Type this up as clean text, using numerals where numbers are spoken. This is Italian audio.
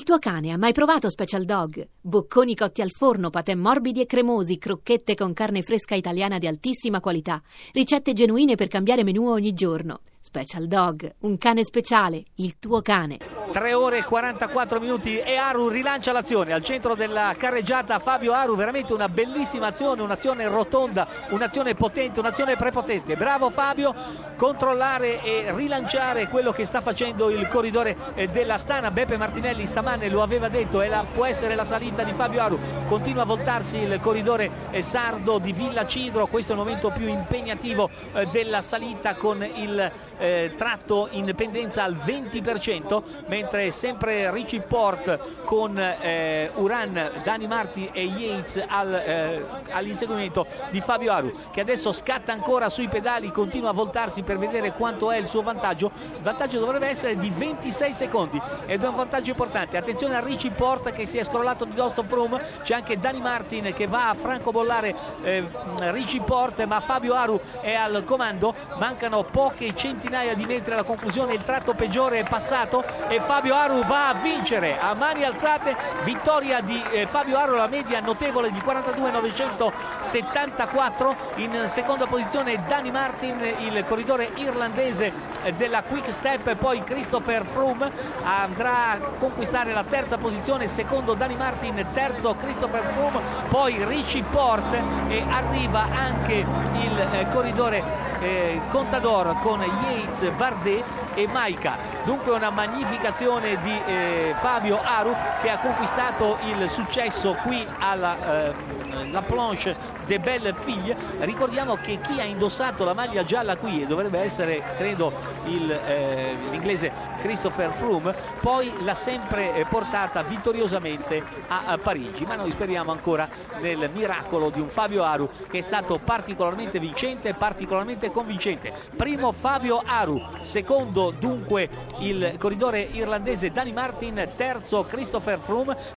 tuo cane ha mai provato Special Dog? Bocconi cotti al forno, patè morbidi e cremosi, crocchette con carne fresca italiana di altissima qualità, ricette genuine per cambiare menù ogni giorno. Special Dog, un cane speciale, il tuo cane. 3 ore e 44 minuti e Aru rilancia l'azione al centro della carreggiata. Fabio Aru, veramente una bellissima azione, un'azione rotonda, un'azione potente, un'azione prepotente. Bravo Fabio, controllare e rilanciare quello che sta facendo il corridore dell'Astana. Beppe Martinelli stamane lo aveva detto, può essere la salita di Fabio Aru. Continua a voltarsi il corridore sardo di Villa Cidro. Questo è il momento più impegnativo della salita, con il tratto in pendenza al 20%, mentre sempre Richie Porte con Uran, Dani Martin e Yates all'inseguimento di Fabio Aru, che adesso scatta ancora sui pedali, continua a voltarsi per vedere quanto è il suo vantaggio. Il vantaggio dovrebbe essere di 26 secondi ed è un vantaggio importante. Attenzione a Richie Porte che si è scrollato di dosso Froome, c'è anche Dani Martin che va a francobollare Richie Porte, ma Fabio Aru è al comando. Mancano poche centinaia di metri alla conclusione, il tratto peggiore è passato e Fabio Aru va a vincere a mani alzate. Vittoria di Fabio Aru, la media notevole di 42,974. In seconda posizione Dani Martin, il corridore irlandese della Quick Step. Poi Christopher Froome andrà a conquistare la terza posizione, secondo Dani Martin, terzo Christopher Froome, poi Richie Porte e arriva anche il corridore Contador con Yates, Bardet e Maika. Dunque una magnificazione di Fabio Aru, che ha conquistato il successo qui alla La Planche des Belles Filles. Ricordiamo che chi ha indossato la maglia gialla qui dovrebbe essere, credo, l'inglese Christopher Froome, poi l'ha sempre portata vittoriosamente a Parigi, ma noi speriamo ancora nel miracolo di un Fabio Aru che è stato particolarmente vincente, particolarmente convincente. Primo Fabio Aru, secondo dunque il corridore irlandese Dani Martin, terzo Christopher Froome.